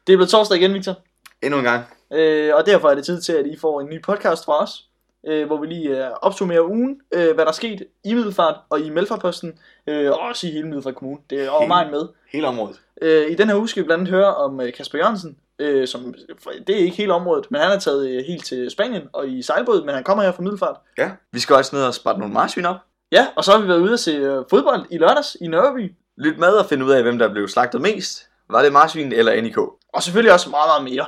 Det er blevet torsdag igen, Victor. Endnu en gang. Og derfor er det tid til, at I får en ny podcast fra os, hvor vi lige opsummerer ugen, hvad der er sket i Middelfart og i Middelfartposten, og også i hele Middelfart Kommune. Det er over meget med. Hele området. I den her uge skal vi blandt andet høre om Kasper Jørgensen, som det er ikke hele området, men han er taget helt til Spanien og i sejlbåd, men han kommer her fra Middelfart. Ja, vi skal også ned og sprætte nogle marsvin op. Ja, og så har vi været ude at se fodbold i lørdags i Nørreby. Lyt med og finde ud af, hvem der blev slagtet mest. Var det marsvin eller NIK? Og selvfølgelig også meget, meget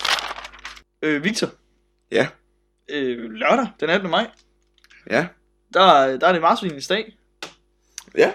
mere. Victor. Ja. Lørdag, den 18. maj. Ja. Der er det marsvinens dag. Ja.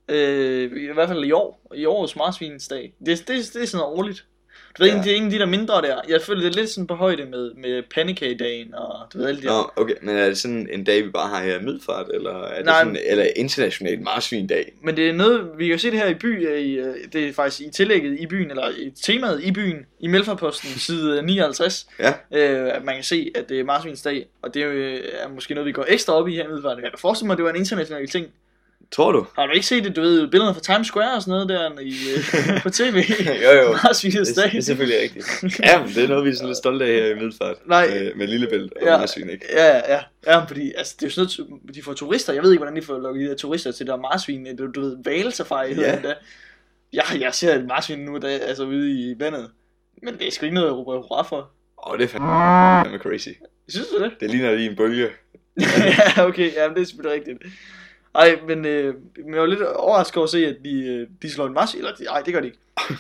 I hvert fald i årets marsvinsdag. Det er sådan noget årligt. Du ved, det er ingen af de der mindre der. Jeg føler det er lidt sådan på højde med pandekagedagen og du ved alle de der. Okay, men er det sådan en dag vi bare har her i Middelfart, eller er det Nej, sådan eller international marsvindag? Men det er noget vi kan se det her i by det er faktisk i tillægget i byen eller i temaet i byen i Middelfartposten side 59. Ja. At man kan se at det er marsvinsdag, og det er måske noget vi går ekstra op i her i Middelfart. Jeg kan forestille mig at det var en international ting. Tror du? Har du ikke set det, du ved, billederne fra Times Square og sådan noget der på tv? jo. Marsvinets dag. Det er selvfølgelig rigtigt. Ja, men det er noget vi er sådan lidt stolte af her i Middelfart. Nej. Med Lillebælt og marsvin, ikke? Ja, fordi altså, det er jo sådan noget, de får turister. Jeg ved ikke, hvordan de får lukket de der turister til der marsvin. Du ved, valsafari hedder det der. Jeg ser et marsvin nu, der altså ude i vandet. Men det er sgu ikke noget at råbe hurra for. Det er fandme crazy. Synes du det? Det ligner lige en bølge. Ja, okay. Ja, det er selvfølgelig rigtigt. Ej, men jeg var lidt overrasket over at se, at de slår en marsvin. Eller, det gør de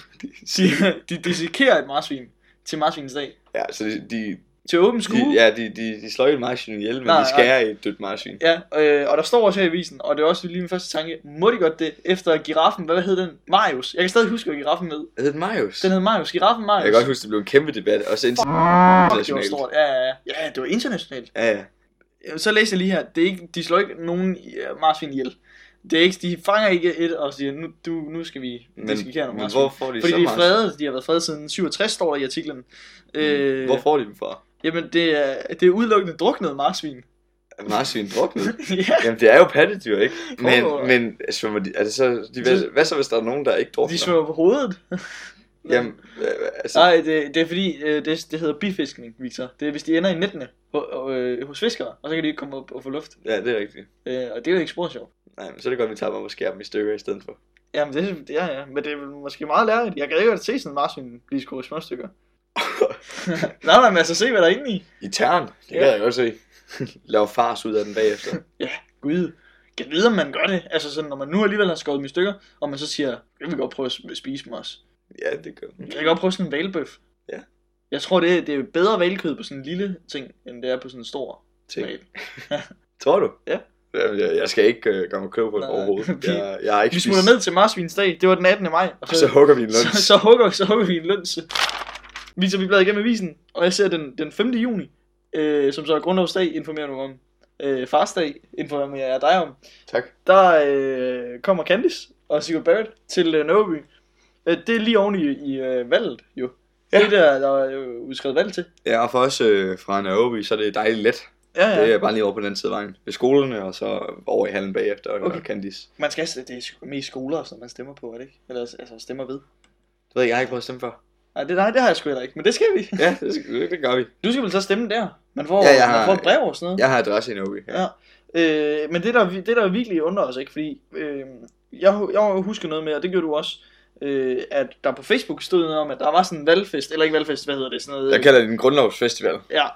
ikke. De dissekerer et marsvin til marsvinens dag. Ja, så de til åben skue. De slår ikke et marsvin ihjel, men de skærer i et dødt marsvin. Ja, og der står også her i avisen, og det er også lige min første tanke, må de godt det efter giraffen, hvad hed den? Marius. Jeg kan stadig huske, hvad giraffen hed. Hed den Marius? Den hed Marius, giraffen Marius. Jeg kan godt huske, det blev en kæmpe debat, også internationalt. Det var stort, ja, det var internationalt. Ja. Så læser jeg lige her, det er ikke, de slår ikke nogen marsvin ihjel. Det er ikke, de fanger ikke et og siger, nu skal vi dissekere nogle marsvin. Hvor får de fordi så de er fredet, de har været fredet siden 67, står der i artiklen. Hvor får de dem fra? Jamen, det er udelukkende druknet marsvin. Marsvin druknet? Ja. Jamen, det er jo pattedyr, ikke? Men svømmer de, er det så, hvad så, hvis der er nogen, der ikke drukner? De svømmer på hovedet. Jamen, altså... Nej, det er fordi, det hedder bifiskning, Victor. Det er, hvis de ender i nettene hos fiskere, og så kan de ikke komme op og få luft. Ja, det er rigtigt. Og det er jo ikke spor sjovt. Nej, men så er det godt, at vi tager dem og skærer dem i stykker i stedet for. Jamen, men det er måske meget lærerigt. Jeg kan ikke godt se sådan en marsvin blive skåret i små stykker. Nej, men altså se, hvad der er inde i. I tern, det kan jeg godt se. Lave fars ud af den bagefter. Ja, gud. Kan vide, om man gør det. Altså sådan, når man nu alligevel har skåret dem i stykker, og man så siger, jeg vil godt prøve at spise dem også. Ja, det gør jeg kan godt prøve sådan en hvalbøf. Ja. Jeg tror, det er bedre hvalkød på sådan en lille ting, end det er på sådan en stor ting. Tror du? Ja. Jeg skal ikke gøre mig klog på det overhovedet. Jeg har ikke vi smutter ned til marsvinsdag. Det var den 18. maj. Og så hugger vi en luns. Så hugger vi en luns. Vi bladrer igennem avisen, og jeg ser den 5. juni, som så er grundlovsdag, informerer du om. Farsdag, informerer jeg dig om. Tak. Der kommer Candice og Sigurd Barrett til Nørreby. Det er lige oven i valget, jo. Ja. Det der er udskrevet valg til. Ja, og for os fra Nørreby, så er det dejligt let. Ja. Det er bare lige over på den anden side af vejen. Ved skolerne, og så over i hallen bagefter, og Candice. Man skal, det er mest skoler, som man stemmer på, er det ikke? Eller altså stemmer ved. Det ved jeg ikke prøvet at stemme for. Nej, det har jeg sgu heller ikke, men det skal vi. Ja, det gør vi. Du skal vel så stemme der? Man får, man får et brev og sådan noget. Jeg har adresse i Nørreby. Ja. Men det der virkelig undrer os, ikke? Fordi jeg husker noget med, og det gjorde du også, at der på Facebook stod noget om, at der var sådan en valgfest, eller ikke valgfest, hvad hedder det? Sådan noget, jeg kalder det en grundlovsfestival. Ja.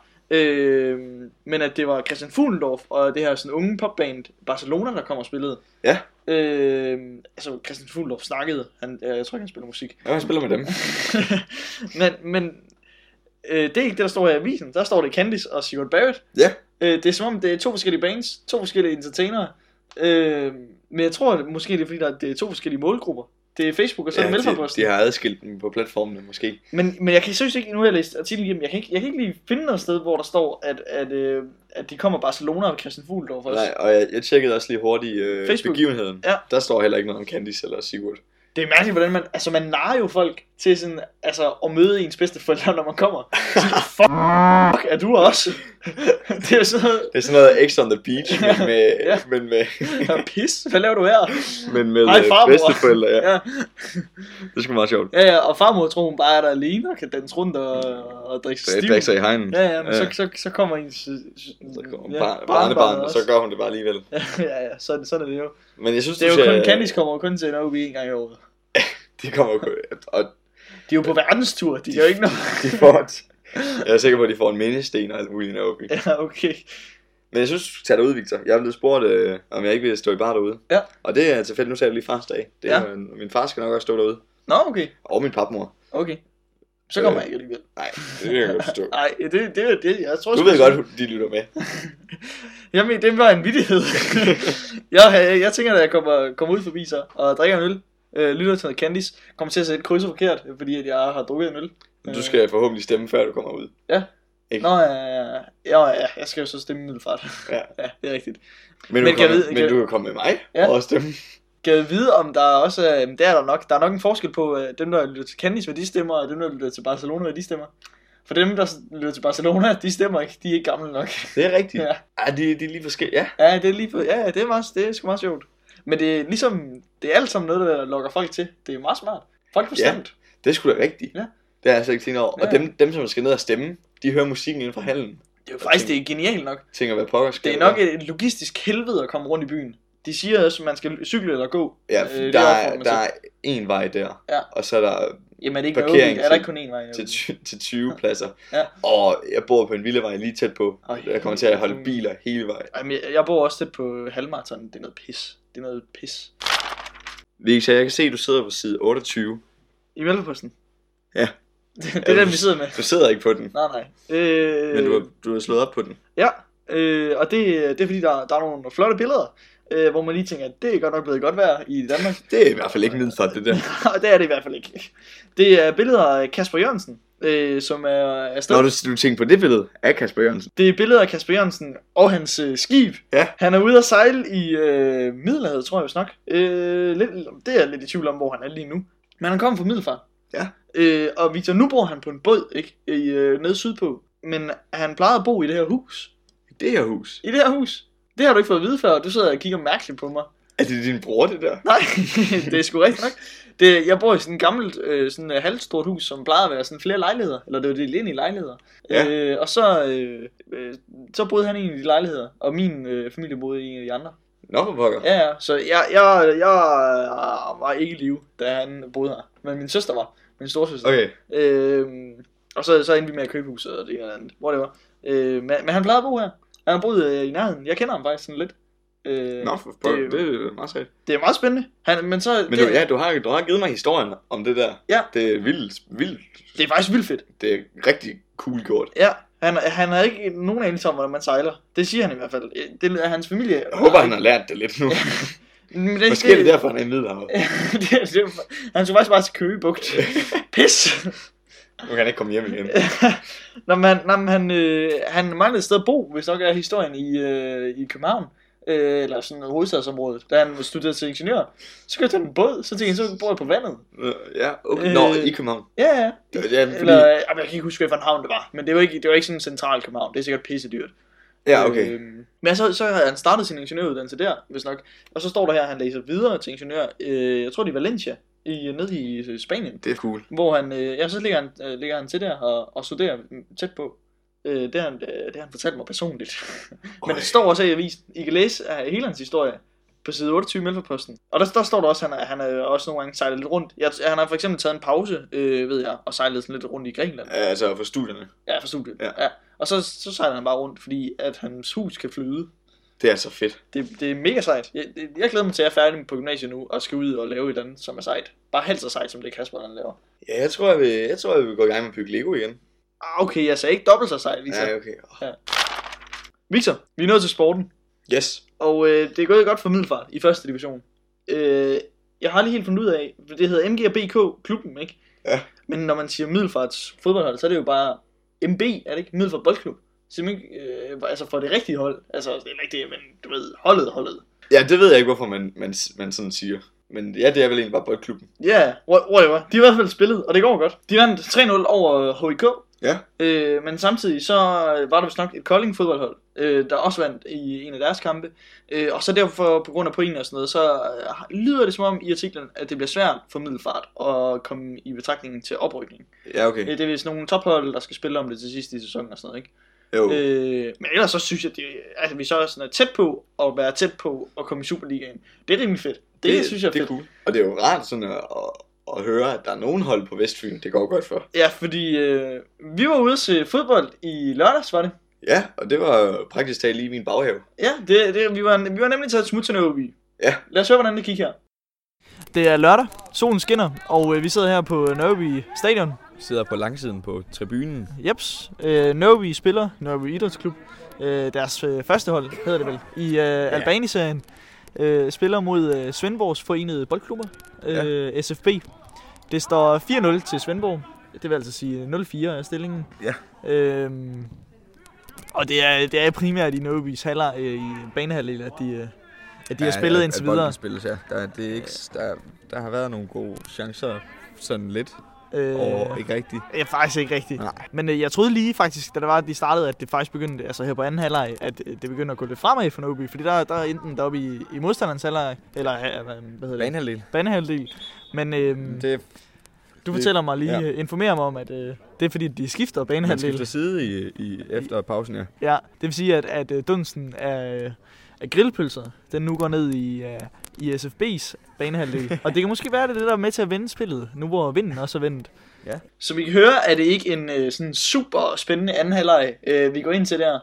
Men at det var Christian Fuglendorf og det her sådan unge popband Barcelona, der kom og spillede. Ja. Altså Christian Fuglendorf snakkede. Jeg tror ikke han spiller musik. Ja, han spiller med dem. men det er ikke det der står her i avisen. Der står det Candice og Sigurd Barrett. Ja. Det er som om det er 2 forskellige bands, 2 forskellige entertainere. Men jeg tror at måske det er fordi det er 2 forskellige målgrupper. Det er Facebook og så er det Middelfartposten. De har adskilt dem på platformene måske. Men jeg kan seriøst ikke, nu har jeg læst artiklen igennem, jeg kan ikke lige finde noget sted, hvor der står, at de kommer Barcelona og Christian Fuglendorf også. Nej, og jeg tjekkede også lige hurtigt begivenheden. Ja. Der står heller ikke noget om Candice eller Sigurd. Det er mærkeligt, hvordan man narrer jo folk til sådan, altså, at møde ens bedsteforældre, når man kommer. Fuck, er du også? Det er sådan noget... Det er sådan noget X on the beach, men med... Ja. Men med Pis, hvad laver du her? men med Hej, farmor. bedsteforældre, ja. Ja. Det er sgu meget sjovt. Ja, og farmor tror hun bare er der alene og kan danse rundt og drikke sig Det stiv. drikker sig i hegnen. Ja, men så kommer en... Så kommer barnebarn, og så gør hun det bare alligevel. Ja, sådan er det jo. Men jeg synes, Det er jo kun, Candice kommer jo kun til en OB en gang i året. De kommer jo... Og De er jo på verdenstur, de gør jo ikke noget. de får jeg er sikker på, at de får en mindesten og alt muligt i OB. Ja, okay. Men jeg synes, du tager dig ud, Victor. Jeg er blevet spurgt, om jeg ikke vil stå i bar derude. Ja. Og det er tilfældigt, nu tager jeg lige fars dag. Det er, min far skal nok også stå derude. Nå, okay. Og min papmor. Okay. Så kommer jeg ikke alligevel. Nej, det vil jeg godt forstå. Nej, det, jeg tror Du ved godt, de lytter med. Jamen, det var en vittighed. jeg tænker, at jeg kommer ud forbi så og drikker en øl. Lytter til noget Candice. Kommer til at sætte krydset forkert, fordi at jeg har drukket en øl. Du skal forhåbentlig stemme, før du kommer ud. Ja. Ikke? Nå, ja, jeg skal jo så stemme Middelfart. Ja. Ja, det er rigtigt. Men du kan komme med mig og stemme. Kan jeg vide, om der også... det er der nok. Der er nok en forskel på dem, der lytter til Candice, hvad de stemmer, og dem, der lytter til Barcelona, hvad de stemmer. For dem, der lytter til Barcelona, de stemmer ikke. De er ikke gamle nok. Det er rigtigt. Ja. Ej, de er lige forskellige. Ja. Ja, det er lige for... Ja, det er sgu meget sjovt. Men det er ligesom... Det er alt sammen noget, der lokker folk til. Det er meget smart. Folk får stemt. Det er sgu da rigtigt. Ja. Det har jeg så ikke tænkt over. Og dem, som skal ned og stemme, de hører musikken inden for hallen. Det er jo faktisk det er genialt nok. Tænker, hvad pokker skal det er nok et logistisk helvede at komme rundt i byen. De siger også, at man skal cykle eller gå. Ja, der er en vej der. Ja. Og så er der jamen, er det ikke parkering er der ikke kun én vej? til 20 pladser. Ja. Og jeg bor på en villavej lige tæt på. Jeg kommer til at holde biler hele vejen. Jamen, jeg bor også tæt på halvmarathon. Det er noget pis. Det er noget pis. Victor, jeg kan se, at du sidder på side 28. I Mælkeposten? Ja. Det er den, vi sidder med. Du sidder ikke på den. Nej. Men du har slået op på den. Ja, og det er fordi, der er nogle flotte billeder, hvor man lige tænker, at det er godt nok blevet godt vejr i Danmark. Det er i hvert fald ikke Middelfart, det der. Det er det i hvert fald ikke. Det er billeder af Kasper Jørgensen, som er afsted. Når du tænker på det billede af Kasper Jørgensen. Det er billeder af Kasper Jørgensen og hans skib. Ja. Han er ude at sejle i Middelhavet, tror jeg vist nok. Det er jeg lidt i tvivl om, hvor han er lige nu. Men han kommer fra Middelfart. Ja. Og Victor, nu bor han på en båd, ikke? Nede sydpå. Men han plejede at bo i det her hus. I det her hus? I det her hus. Det har du ikke fået at vide før, du sidder og kigger mærkeligt på mig. Er det din bror, det der? Nej, det er sgu rigtigt nok. Jeg bor i sådan et gammelt, halvstort hus, som plejede at være sådan flere lejligheder. Eller det var delt ind i lejligheder. Ja. Og så boede han i en af de lejligheder, og min familie boede i en af de andre. Nå, for pokker. Ja, så jeg var ikke i live, da han boede her. Men min søster var. Min storesøster. Okay. Og så endte vi med at købe huset og det eller andet. Hvor det var. Men han plejede at bo her. Han har boet i nærheden. Jeg kender ham faktisk sådan lidt. Nå, for pokker. Det er meget sejt. Det er meget spændende. Men du har givet mig historien om det der. Ja. Det er vildt. Det er faktisk vildt fedt. Det er rigtig cool gjort. Ja. Han har ikke nogen anelse om, hvordan man sejler. Det siger han i hvert fald. Det er hans familie. Jeg håber, han har lært det lidt nu. Måske er det derfor, han er i Middelhavet. Han skulle faktisk bare til Køge Bugt. Pis. Nu kan han ikke komme hjem igen. Han manglede et sted at bo, hvis nok er historien i København. Eller sådan hovedstadsområdet. Da han studerede til ingeniør, så købte han en båd. Så tænkte han, så bor jeg på vandet. Ja, okay. Nå, i København. Ja. Fordi... Eller, jeg kan ikke huske, hvilken havn det var. Men det var ikke sådan en central København. Det er sikkert pisse dyrt. Ja, okay. Men så har han startet sin ingeniøruddannelse der, hvis nok. Og så står der her, at han læser videre til ingeniør. Jeg tror det er Valencia, nede i Spanien. Det er cool. Hvor han, så ligger han til der og studerer tæt på. Det har han fortalt mig personligt. Men det står også i avisen. I kan læse hele hans historie på side 28 i Mælkeposten. Og der står der også, at han har også nogle gange sejlet lidt rundt. Han har for eksempel taget en pause, ved jeg, og sejlet sådan lidt rundt i Grækenland. Ja, altså for studierne. Ja, for studiet. Ja. Og så sejler han bare rundt, fordi at hans hus kan flyde. Det er så fedt. Det er mega sejt. Jeg glæder mig til at jeg er færdig på gymnasiet nu og skal ud og lave et eller andet, som er sejt. Bare helt så sejt, som det Kasper han laver. Ja, jeg tror, jeg vil gå i gang med at bygge Lego igen. Okay, jeg sagde ikke dobbelt så sejt, Victor. Ja, okay. Ja. Victor, vi er nået til sporten. Yes. Og det er gået godt for Middelfart i første division. Jeg har lige helt fundet ud af, det hedder MG og BK klubben, ikke? Ja. Men når man siger Middelfarts fodboldhold, så er det jo bare MB, er det ikke? Middelfart Boldklub. Simpelthen, altså for det rigtige hold. Altså, det er ikke det, men du ved, holdet. Ja, det ved jeg ikke, hvorfor man sådan siger. Men ja, det er vel egentlig bare boldklubben. Ja, whatever. De har i hvert fald spillet, og det går godt. De vandt 3-0 over HIK. Ja. Men samtidig så var der vist nok et Kolding fodboldhold, der også vandt i en af deres kampe. Og så derfor på grund af pointer og sådan noget, så lyder det som om i artiklen, at det bliver svært for Middelfart at komme i betragtning til oprykning. Ja, okay. Det er vist nogle tophold, der skal spille om det til sidst i sæsonen og sådan noget, ikke? Jo. Men ellers så synes jeg, at vi så er sådan tæt på at være tæt på at komme i Superligaen. Det er rimelig fedt. Det synes jeg er fedt. Cool. Og det er jo rart sådan at høre, at der er nogen hold på Vestfyn, det går godt for. Ja, fordi vi var ude til fodbold i lørdags, var det? Ja, og det var praktisk talt lige i min baghave. Ja, vi var nemlig taget et smut til Nørreby. Ja. Lad os høre, hvordan det gik her. Det er lørdag, solen skinner, og vi sidder her på Nørreby Stadion. Vi sidder på langsiden på tribunen. Jeps. Nørreby spiller, Nørreby Idrætsklub, deres første hold hedder det vel, i Albani-serien. Spiller mod Svendborgs forenede boldklubber, SFB. Det står 4-0 til Svendborg. Det vil altså sige 0-4 er stillingen. Ja. Og det er primært i Nørrebys haller i banehalvdel, at de har spillet indtil videre. Spilles, ja. Der har været nogle gode chancer, sådan lidt. Og ikke rigtigt. Ja, faktisk ikke rigtigt. Nej. Men jeg troede lige faktisk, da det var, at de startede, at det faktisk begyndte, altså her på anden halvleg, at det begyndte at gå lidt fremad for Nørreby. Fordi der er enten deroppe i modstanderens halvleg, eller hvad hedder det? Banehalvdel. Men du fortæller mig lige, informerer mig om, at det er fordi, de skifter banehalvdel. Man skifter side efter pausen, ja. Ja, det vil sige, at dunsten af grillpølser, den nu går ned i SFB's banehalvdel. Og det kan måske være det der er med til at vende spillet, nu hvor vinden også er vendt. Ja. Så vi kan høre, at det ikke en sådan super spændende anden halvleg, vi går ind til der.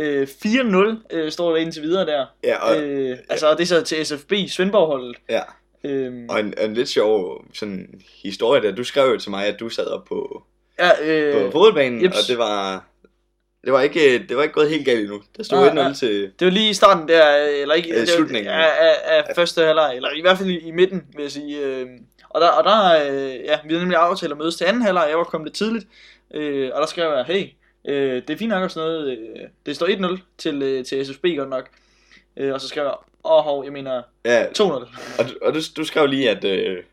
4-0 står der indtil videre der. Ja, og, altså det er så til SFB Svendborg-holdet. Ja. Og en lidt sjov sådan historie der. Du skrev jo til mig, at du sad op på fodboldbanen, og det var ikke gået helt galt endnu. Der stod 1-0 til... Det var lige i starten der, eller ikke... slutningen. Af første halvleg, eller i hvert fald i midten, vil jeg sige. Og der vi havde nemlig aftalt at mødes til anden halvleg. Jeg var kommet lidt tidligt, og der skrev jeg, hey, det er fint nok og sådan noget. Det står 1-0 til SFB godt nok. Og så skrev jeg, jeg mener 2-0. Og du skrev lige, at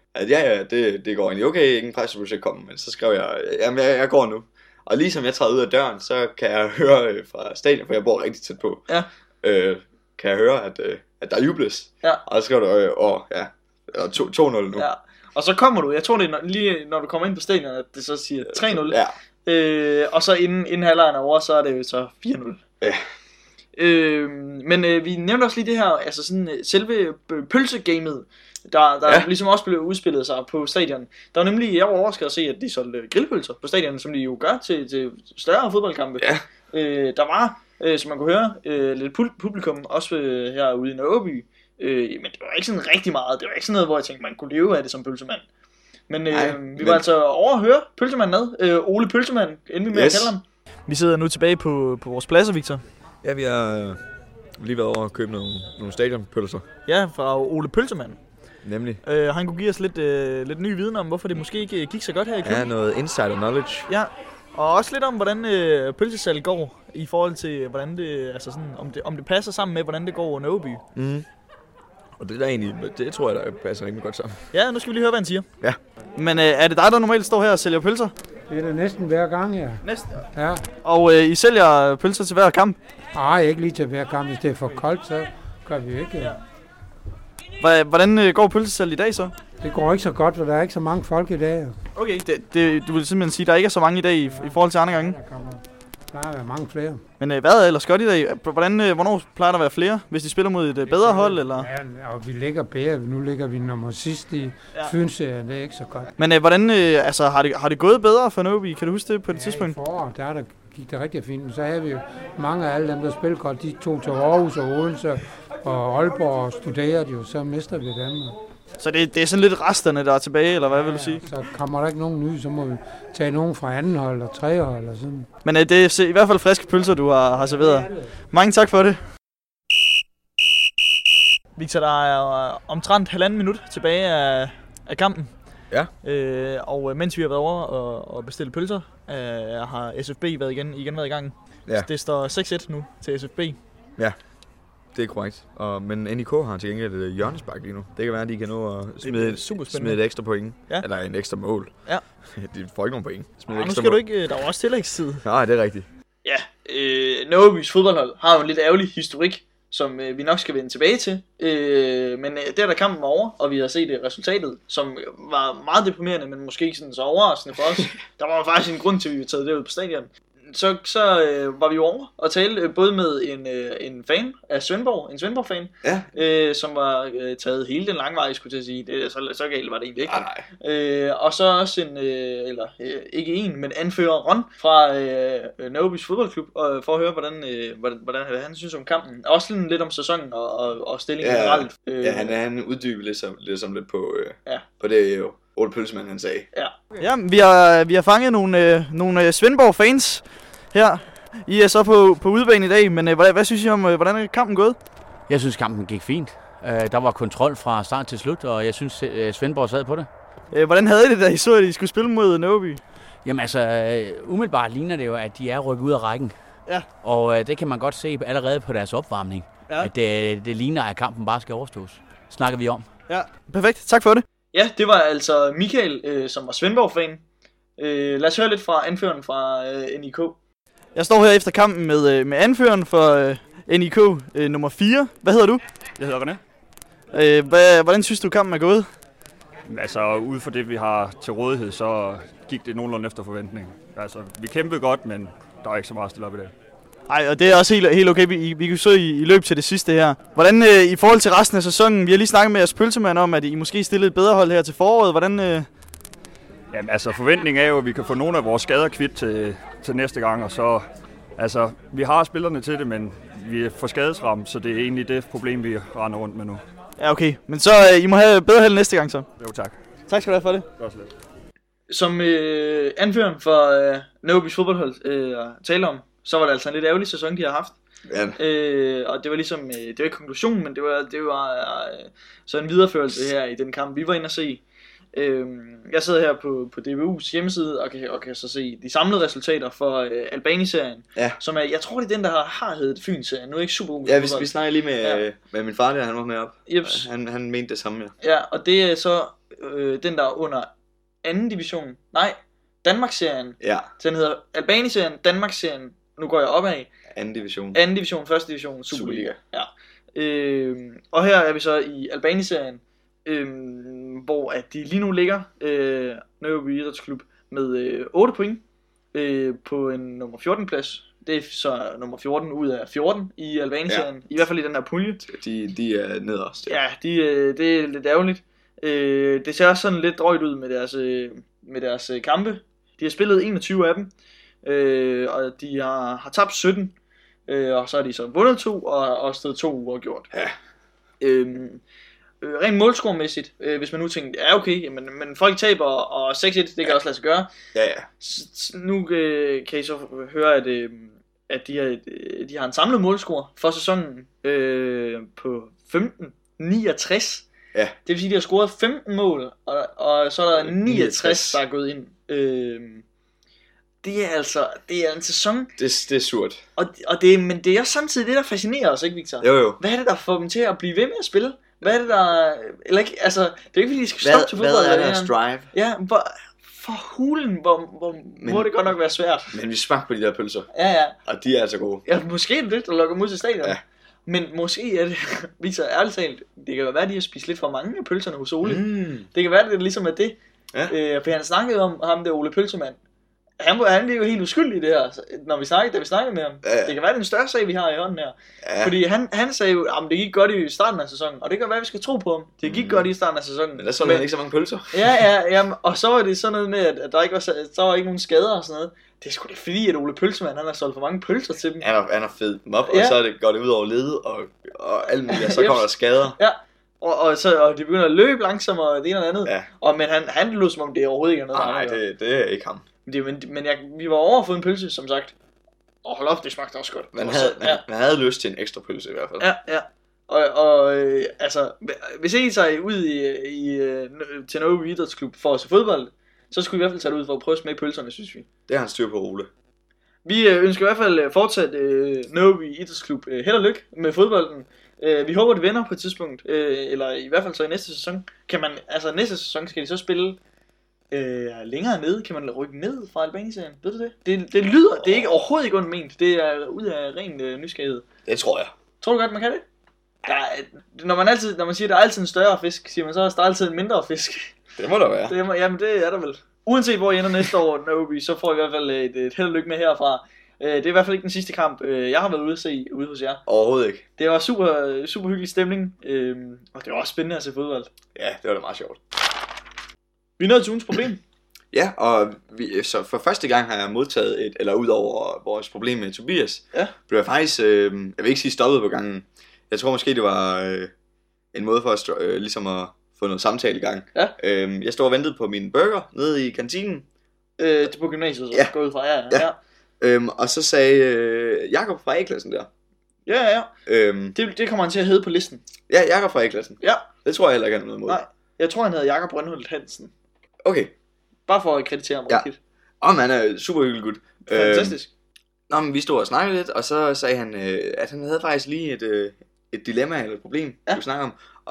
det går egentlig okay, ingen pres, du skal komme. Men så skrev jeg, jamen jeg går nu. Og ligesom jeg træder ud af døren, så kan jeg høre fra stadion, for jeg bor rigtig tæt på, kan jeg høre, at der jubles. Ja. Og så skrev du, 2-0 nu. Ja. Og så kommer du, jeg tror det er lige når du kommer ind på stadion, at det så siger 3-0. Ja. Og så inden halvlegen er over, så er det jo så 4-0. Ja. Men vi nævnte også lige det her, altså sådan selve pølsegamet, der ligesom også blev udspillet sig på stadion. Der var nemlig, jeg var overrasket at se, at de solgte grillpølser på stadion, som de jo gør til større fodboldkampe. Ja. Der var, som man kunne høre, lidt publikum, også herude i Nørreby. Men det var ikke sådan rigtig meget. Det var ikke sådan noget, hvor jeg tænkte, man kunne leve af det som pølsemand. Men vi var altså over at høre pølsemanden ad. Ole Pølsemand, endelig med at kalde ham. Vi sidder nu tilbage på vores pladser, Victor. Ja, vi har lige været over at købe nogle stadionpølser. Ja, fra Ole Pølsemand. Nemlig. Han kunne give os lidt ny viden om, hvorfor det måske ikke gik så godt her i klubben. Ja, noget insider knowledge. Ja, og også lidt om, hvordan pølsesalg går, i forhold til, hvordan det, altså sådan, om det passer sammen med, hvordan det går over Nørreby. Mhm. Og det tror jeg, der passer rimelig godt sammen. Ja, nu skal vi lige høre, hvad han siger. Ja. Men er det dig, der normalt står her og sælger pølser? Det er det næsten hver gang, ja. Næsten? Ja. Og I sælger pølser til hver kamp? Nej, ikke lige til hver kamp. Hvis det er for koldt, så gør vi ikke. Ja. Hvordan går pølsesalget i dag så? Det går ikke så godt, for der er ikke så mange folk i dag. Okay, du vil simpelthen sige, at der ikke er så mange i dag i forhold til andre gange? Der er mange flere. Men hvad er ellers godt i dag? Hvornår plejer der at være flere? Hvis de spiller mod et bedre hold, eller? Ja, og vi ligger bedre. Nu ligger vi nummer sidst i Fynserien. Det er ikke så godt. Men hvordan, har det gået bedre for Nørreby? Kan du huske det på det tidspunkt? I foråret, der gik det rigtig fint. Men så havde vi jo mange af alle dem, der spiller godt. De tog til Aarhus og Odense og Aalborg og studerede jo. Så mister vi dem. Så det er sådan lidt resterne, der er tilbage, eller hvad vil du sige? Så kommer der ikke nogen nye, så må vi tage nogen fra anden hold og tredje hold og sådan. Men det er i hvert fald friske pølser, du har serveret. Mange tak for det. Victor, der er omtrent 1,5 minut tilbage af kampen. Ja. Og mens vi har været over og bestilt pølser, har SFB igen været i gang. Ja. Det står 6-1 nu til SFB. Ja. Det er korrekt. Men NIK har til gengæld et hjørnespark lige nu. Det kan være, at de kan nå at smide et ekstra point. Ja. Eller en ekstra mål. Ja. De får ikke nogen point. Nu skal du ikke... Der er også tillægstid. Nej, det er rigtigt. Ja, Novabys fodboldhold har jo en lidt ærgerlig historik, som vi nok skal vende tilbage til. Men der kampen var over, og vi har set resultatet, som var meget deprimerende, men måske ikke sådan så overraskende for os. Der var faktisk en grund til, at vi var taget derud på stadion. Så var vi over og talte både med en fan af Svendborg, en Svendborg-fan, ja. Som var taget hele den lange vej, skulle jeg sige. Det, så galt var det egentlig ikke. Nej. Og så også ikke en, men anfører Ron fra Novabys fodboldklub, for at høre, hvordan han synes om kampen. Også lidt om sæsonen og stillingen generelt. Ja, han uddyber lidt på det Ole Pølsemand han sagde. Ja, vi har fanget nogle Svendborg-fans her. I er så på udebane i dag, men hvad synes I om, hvordan er kampen gået? Jeg synes, kampen gik fint. Der var kontrol fra start til slut, og jeg synes, Svendborg sad på det. Hvordan havde I det, da I så, at I skulle spille mod Novaby? Jamen altså, umiddelbart ligner det jo, at de er rykket ud af rækken. Ja. Og det kan man godt se allerede på deres opvarmning. Ja. At det ligner, at kampen bare skal overstås. Snakker vi om. Ja, perfekt. Tak for det. Ja, det var altså Michael, som var Svendborg-fan. Lad os høre lidt fra anføreren fra NIK. Jeg står her efter kampen med anføreren for NIK nummer 4. Hvad hedder du? Jeg hedder René. Hvordan synes du, kampen er gået? Altså, ud fra det, vi har til rådighed, så gik det nogenlunde efter forventning. Altså, vi kæmpede godt, men der er ikke så meget at stille op i det. Nej, og det er også helt okay. Vi kan så i løb til det sidste her. Hvordan i forhold til resten af sæsonen? Vi har lige snakket med jeres pølsemand om, at I måske stillede et bedre hold her til foråret. Hvordan... Jamen, altså forventningen er jo, at vi kan få nogle af vores skader kvidt til næste gang. Og så, altså, vi har spillerne til det, men vi er for skadesramt, så det er egentlig det problem, vi render rundt med nu. Ja, okay. Men så I må have bedre held næste gang så. Jo, tak. Tak skal du have for det. Godt slet. Som anføreren for Novabys fodboldhold taler om, så var det altså en lidt ærgerlig sæson, de har haft. Ja. Og det var ligesom, det var ikke konklusionen, men det var så en videreførelse her i den kamp, vi var inde at se. Jeg sidder her på DBU's hjemmeside og kan så se de samlede resultater for Albani-serien, som er, jeg tror det er den, der har heddet Fyn-serien. Nu er ikke super god. Ja, vi snakker lige med min far der, han var med op. Han mente det samme, Ja, og det er så den, der er under anden division. Nej, Danmarksserien. Ja. Den hedder Albani-serien, Danmarksserien. Nu går jeg opad. Anden division, første division, Superliga. Ja. Og her er vi så i Albani-serien, hvor at de lige nu ligger Novaby Idrætsklub med 8 point på en nummer 14 plads. Det er så nummer 14 ud af 14 i Albani-serien, i hvert fald i den her pulje. De er nederst. Ja, det er lidt ærgerligt. Det ser også sådan lidt drøjt ud med deres kampe. De har spillet 21 af dem. Og de har tabt 17, og så har de så vundet 2 og stået 2 uafgjort. Ja. Rent målscoremæssigt, hvis man nu tænker, ja okay, men folk taber, og 6-1, det kan også lade sig gøre. Ja. Nu kan I så høre, at de har en samlet målscore for sæsonen på 15-69. Ja. Det vil sige, at de har scoret 15 mål, og så er der 69, der er gået ind. Det er en sæson. Det er surt. Men det er også samtidig det, der fascinerer os, ikke Victor? Jo. Hvad er det, der får dem til at blive ved med at spille? Hvad er det, der... Eller ikke, altså, det er ikke, fordi de skal stoppe til fodbold. Hvad er deres drive? Ja, for hulen, hvor må det godt nok være svært. Men vi smagte på de der pølser. Ja. Og de er altså gode. Ja, måske er det det, der lukker dem ud til stadion. Ja. Men måske er det, Victor, ærligt talt, det kan være, at de har spist lidt for mange af pølserne hos Ole. Det kan være, at det ligesom er det. Ja. For han snakkede om ham der Ole Pølsemand. Han er jo helt uskyldig i det her, da vi snakkede med ham. Ja. Det kan være, det er en større sag, vi har i hånden her. Ja. Fordi han sagde jo, at det gik godt i starten af sæsonen. Og det kan være, vi skal tro på ham. Det gik godt i starten af sæsonen. Men der så han ikke så mange pølser. Ja, og så var det sådan noget med, at der ikke var ikke nogen skader og sådan noget. Det er sgu da fordi, at Ole Pølsemand, han har solgt for mange pølser til dem. Han har fedt dem op, og så går det ud over ledet og alt muligt, og så kommer der skader. Ja. Og de begynder at løbe langsommere og det ene og andet. Ja. Men han lød som om det overhovedet ikke er noget. Nej, det er ikke ham. Men vi var over at få en pølse, som sagt. Og hold op, det smagte også godt. Man havde lyst til en ekstra pølse i hvert fald. Ja. Og altså, hvis I tager ud til Novaby Idrætsklub for at se fodbold, så skulle vi i hvert fald tage det ud for at prøve at smage pølserne, synes vi. Det har han styr på, Ole. Vi ønsker i hvert fald fortsat Novaby Idrætsklub held og lykke med fodbolden. Vi håber, det vender på et tidspunkt, eller i hvert fald så i næste sæson. Kan man, altså næste sæson skal de så spille længere nede. Kan man rykke ned fra Albania-serien? Ved du det? Det lyder, det er ikke overhovedet ikke ondt ment. Det er ud af ren nysgerrighed. Det tror jeg. Tror du godt, man kan det? Når man siger, der er altid en større fisk, siger man så, der er altid en mindre fisk. Det må der være. Jamen det er der vel. Uanset hvor I ender næste år, Nobi, så får I hvert fald et held og lykke med herfra. Det er i hvert fald ikke den sidste kamp, jeg har været ude at se ude hos jer. Overhovedet ikke. Det var super hyggelig stemning, og det var også spændende at se fodbold. Ja, det var da meget sjovt. Vi er nået til ugens problem. Ja, og så for første gang har jeg modtaget eller ud over vores problem med Tobias, blev jeg faktisk, jeg vil ikke sige stoppet på gangen. Jeg tror måske det var en måde for at ligesom at få noget samtale i gang. Ja. Jeg stod og ventede på min burger nede i kantinen. Det på gymnasiet, så gå ud fra, ja. Og så sagde Jakob fra A-klassen der. Ja. Det kommer han til at hedde på listen. Ja, Jakob fra A-klassen. Ja. Det tror jeg heller ikke, han har noget imod. Nej, jeg tror han hedder Jakob Brøndholt Hansen. Okay. Bare for at kreditere ham rigtigt. Og han er super hyggelig gut. Fantastisk. Nå, men vi stod og snakkede lidt, og så sagde han, at han havde faktisk lige et dilemma eller et problem, vi kunne snakke om.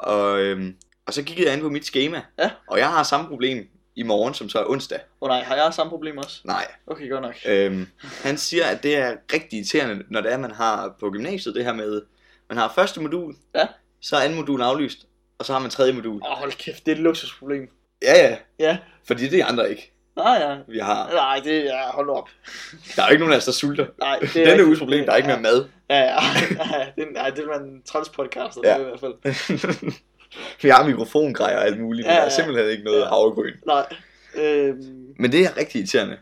Og så kiggede jeg ind på mit schema, og jeg har samme problem i morgen, som så er onsdag. Nej, har jeg samme problem også? Nej. Okay, godt nok. Han siger, at det er rigtig irriterende, når det er, man har på gymnasiet det her med, man har første modul, så er anden modul aflyst, og så har man tredje modul. Hold kæft, det er et luksusproblem. Ja. Fordi det er andre ikke. Nej, vi har. Nej, det er hold op. Der er jo ikke nogen af os, der sulter. Nej, det er denne uges problem, der er ikke mere mad. Ja. Det er en træls podcast, i hvert fald. Vi har mikrofongrejer og alt muligt, men der er simpelthen ikke noget havregryn. Nej. Men det er rigtig irriterende.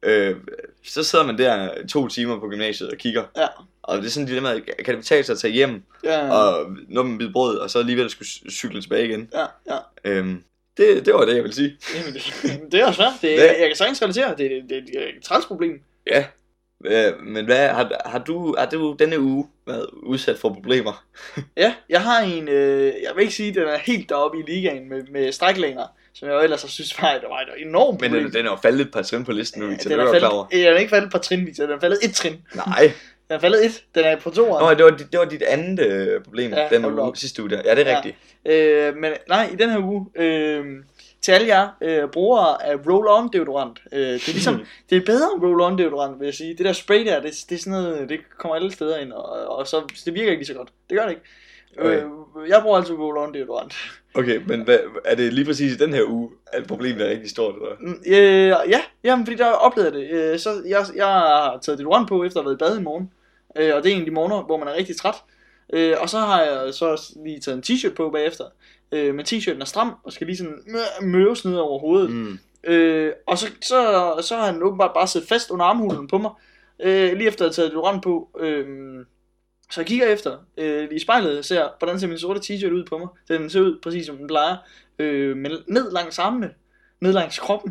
Så sidder man der 2 timer på gymnasiet og kigger. Ja. Og det er sådan et dilemma, kan det betale sig at tage hjem og nå med en bid brød, og så alligevel skulle cykle tilbage igen. Ja. Det var det, jeg ville sige. Det er også svært. Jeg kan sagtens relatere. Det er et træls problem. Ja. Men hvad har du denne uge været udsat for problemer? Ja, jeg har en, jeg vil ikke sige, at den er helt deroppe i ligaen med stræklænger, som jeg jo ellers har synes var et enormt problem. Men den er jo faldet et par trin på listen nu, den er ikke faldet et par trin, den er faldet 1 trin. Nej. Den er faldet 1, den er på 2'eren. Nå, det var dit andet problem, den uge, sidste uge der. Ja, det er rigtigt. Men nej, i den her uge, til alle jer brugere af roll-on deodorant, det er ligesom, det er bedre end roll-on deodorant, vil jeg sige. Det der spray der, det er sådan noget, det kommer alle steder ind, og så det virker ikke lige så godt. Det gør det ikke. Okay. Jeg bruger altid roll-on deodorant. Okay, men er det lige præcis i den her uge, at problemet er rigtig stort, eller? Ja, fordi der oplevede jeg det. Så jeg har taget deodorant på, efter at have været i bad i morgen. Og det er en af de morgener, hvor man er rigtig træt. Og så har jeg så lige taget en t-shirt på bagefter. Men t-shirten er stram, og skal lige sådan møves ned over hovedet. Og så har han åbenbart bare siddet fast under armhulen på mig. Lige efter at have taget deodorant på. Så jeg kigger efter i spejlet og ser, hvordan ser min sorte t-shirt ud på mig. Den ser ud præcis som den plejer. Men ned langs armene, ned langs kroppen,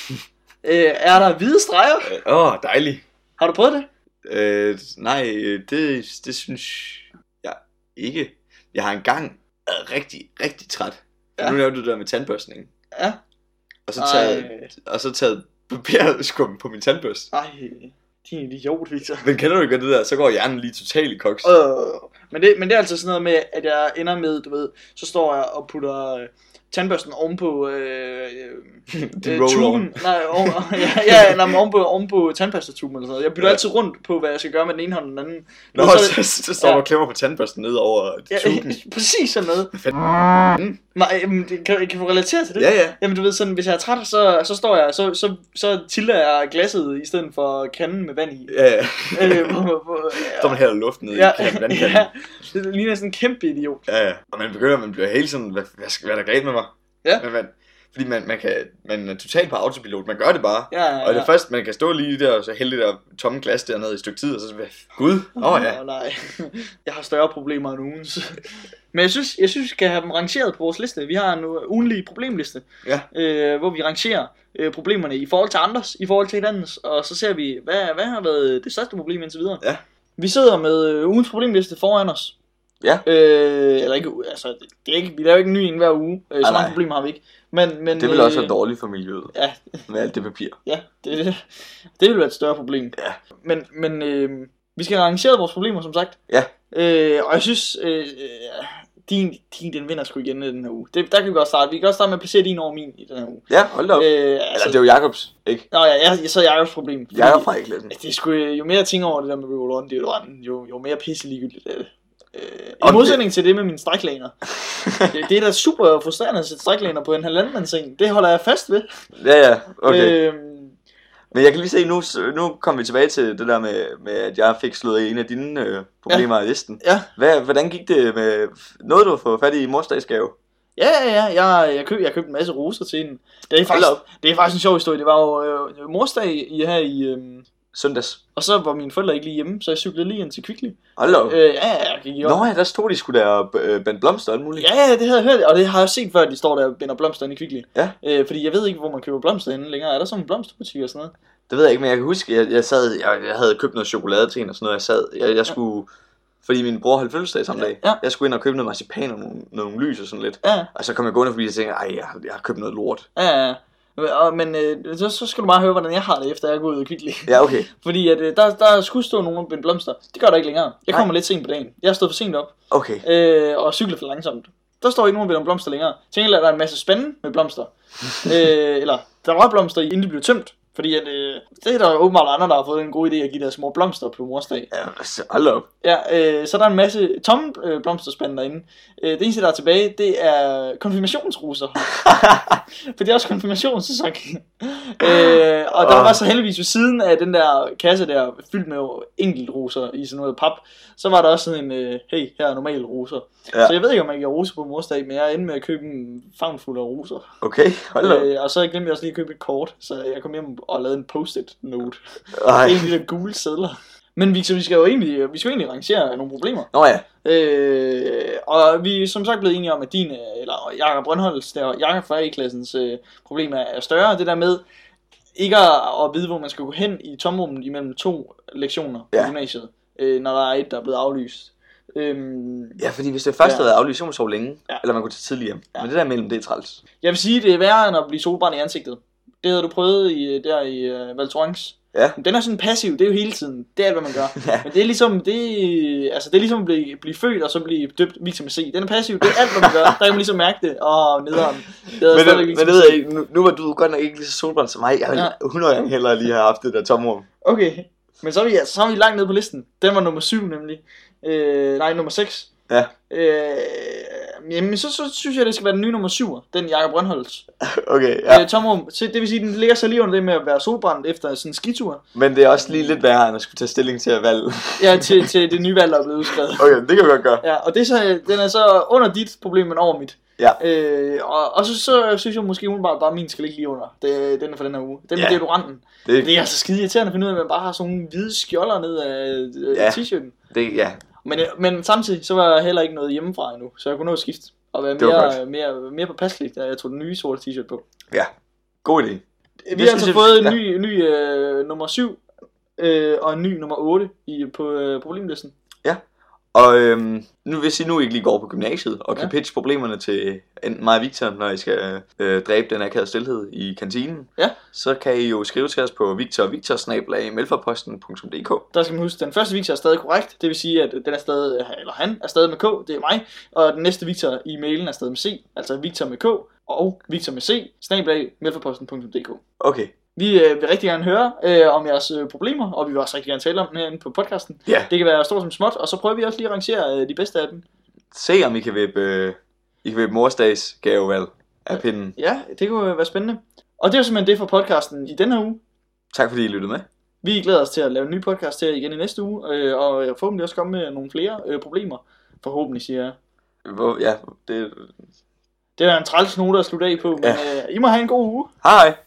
er der hvide streger. Dejligt. Har du prøvet det? Nej, det synes jeg ikke. Jeg har engang været rigtig, rigtig træt. Nu lavede du det der med tandbørstning. Ja. Og så taget barberskum på min tandbørste. Ej, din idiot, Victor. Men kender du ikke det der? Så går hjernen lige totalt i koks. Men det er altså sådan noget med, at jeg ender med, du ved, så står jeg og putter tandbørsten ovenpå tuben. Ovenpå tandpastatuben eller sådan noget. Jeg bytter altid rundt på, hvad jeg skal gøre med den ene hånd og den anden. Så står du og klemmer på tandbørsten ned over tuben. Præcis sådan noget. Nej, kan du relatere til det? Ja. Jamen du ved sådan, hvis jeg er træt, så står jeg, så tilter jeg glasset i stedet for kanden med vand i. Ja. Så man hælder luften ned i vandkanden. Ja, det ligner sådan en kæmpe idiot. Ja. Og man bliver helt sådan, hvad er der galt med mig? Ja. Fordi man er totalt på autopilot. Man gør det bare. Ja. Og det er først, man kan stå lige der og så hælde det der tomme glas dernede i et stykke tid, og så gud. Nej. Jeg har større problemer end ugens. Men jeg synes, vi skal have dem rangeret på vores liste. Vi har en ugenlig problemliste, hvor vi rangerer problemerne i forhold til andres, i forhold til hinandens, og så ser vi, hvad har været det største problem indtil videre. Ja. Vi sidder med ugens problemliste foran os. Ja. Eller ikke, altså det er ikke, vi laver ikke en ny en hver uge. Så mange problemer har vi ikke. Men det vil også være dårligt for miljøet. Ja. Med alt det papir. Ja, det vil være et større problem. Ja. Men vi skal have arrangeret vores problemer, som sagt. Ja. Og jeg synes, din den vinder sgu igen i den her uge. Der kan vi godt starte. Vi kan godt starte med at placere din over min i den her uge. Ja, hold da op. Altså, det er jo Jakobs, ikke? Nå ja, så er Jakobs problem. Jakob fra ikke lidt. Det er sgu, jo mere jeg tænker over det der med deodoranten, jo mere pisse ligegyldigt er det. I modsætning til det med mine stræklæner. Det er da super frustrerende at sætte stræklæner på en 1,5 mandseng. Det holder jeg fast ved. Ja, okay. Men jeg kan lige se, nu kommer vi tilbage til det der med at jeg fik slået en af dine problemer af listen. Ja. Hvordan gik det med noget, du har fået fat i morsdagsgave? Ja, jeg købte en masse roser til hende. Det er faktisk en sjov historie. Det var jo morsdag her i søndags. Og så var mine forældre ikke lige hjemme, så jeg cyklede lige ind til Kvickly. Hold op. Jeg gik op. Nå ja, der stod de sgu der og bandt blomster og alt muligt. Ja, det havde jeg hørt, og det har jeg set før, at de står der og binder blomster inde i Kvickly. Ja. Fordi jeg ved ikke, hvor man køber blomster henne længere. Er der sådan en blomsterbutik og sådan noget? Det ved jeg ikke, men jeg kan huske, jeg havde købt noget chokolade til hende og sådan noget. Jeg skulle, fordi min bror holdt fødselsdag samme dag. Ja. Jeg skulle ind og købe noget marcipan og nogle lys og sådan lidt. Ja. Og så kom jeg gående forbi og tænkte, jeg har købt noget lort. Ja. Men så skal du bare høre, hvordan jeg har det, efter jeg er gået ud af Kvickly. Ja, okay. Fordi at, der skulle stå nogen og binde blomster. Det gør der ikke længere. Jeg kommer lidt sent på dagen. Jeg har stået for sent op. Okay. Og cykler for langsomt. Der står ikke nogen og binder blomster længere. Til gengæld er der en masse spande med blomster. Eller der var blomster, inden de blev tømt. Fordi at, det er der åbenbart andre, der har fået en god idé at give deres små blomster på morsdag. Ja, hold op. Ja, så der er en masse tomme blomsterspande derinde. Det eneste, der er tilbage, det er konfirmationsroser. For det er også konfirmationssæson. Og der var så heldigvis ved siden af den der kasse der, fyldt med enkeltroser i sådan noget pap, så var der også sådan en, hey, her er normale roser. Ja. Så jeg ved ikke, om man giver roser på morsdag, men jeg endte med at købe en favn fuld af roser. Okay, hold op. Og så glemte jeg også lige at købe et kort, så jeg kom hjem og lavede en post-it note. En af de der gule sedler. Men vi skal jo egentlig rangere nogle problemer. Nå ja. Og vi er som sagt blevet enige om, at din, eller Jakob Brøndholds, der Jakob fra A-klassens problem er større. Det der med ikke at vide, hvor man skal gå hen i tomrummet imellem 2 lektioner på gymnasiet, når der er et, der er blevet aflyst. Ja, fordi hvis det først havde været aflyst, så må man sove længe, eller man kunne tage tidligere hjem. Men det der mellem, det er træls. Jeg vil sige, det er værre end at blive solbrændt i ansigtet. Det havde du prøvet i Val Thorens. Ja. Den er sådan passiv, det er jo hele tiden. Det er alt, hvad man gør. Ja. Men det er ligesom, det er ligesom at blive født og så blive døbt Victor med C. Den er passiv, det er alt, hvad man gør. Der kan man ligesom mærke det. Nederen. Men det ved jeg ikke, nu var du godt nok ikke lige så solbrændt som mig. Jeg ville 100 gange hellere lige have haft det der tomrum. Okay, men så er vi langt nede på listen. Den var nummer 7 nemlig. Nummer 6. Ja. Jamen så synes jeg, det skal være den nye nummer 7, den Jakob Brøndholds. Okay, ja. Tomrum, det vil sige, den ligger så lige under det med at være solbrændt efter sådan en skitur. Men det er også lige lidt værre, end at skulle tage stilling til at valge. Ja, til det nye valg, der er blevet udskrevet. Okay, det kan vi godt gøre. Ja, og det er så, den er så under dit problem, men over mit. Ja. Og så synes jeg måske bare min skal ligge lige under. Den er for den her uge. Den med deodoranten. Det er altså skide irriterende at finde ud af, at man bare har sådan nogle hvide skjolder ned af t-shirten. Ja. Men samtidig, så var jeg heller ikke noget hjemmefra endnu, så jeg kunne nå at skifte og være mere påpasselig, da jeg tog den nye sorte t-shirt på. Ja, god idé. Vi har altså fået en ny nummer 7 og en ny nummer 8 på problemlisten. Ja, og nu hvis I nu ikke lige går på gymnasiet og kan pitche problemerne til enten mig og Victor, når I skal dræbe den akavede stilhed i kantinen, så kan I jo skrive til os på victor@melforposten.dk. Der skal man huske, at den første Victor er stadig korrekt, det vil sige, at den er stadig, eller han er stadig med K, det er mig, og den næste Victor i mailen er stadig med C, altså Victor med K og Victor med C, @melforposten.dk. Okay. Vi vil rigtig gerne høre om jeres problemer, og vi vil også rigtig gerne tale om den herinde på podcasten. Yeah. Det kan være stort som småt, og så prøver vi også lige at rangere de bedste af dem. Se om I kan vippe morsdagsgavevalg af pinden. Ja, det kunne være spændende. Og det er jo simpelthen det for podcasten i denne uge. Tak fordi I lyttede med. Vi glæder os til at lave en ny podcast her igen i næste uge, og forhåbentlig også komme med nogle flere problemer. Forhåbentlig, siger jeg. Ja, det er en træls note at slutte af på, men I må have en god uge. Hej.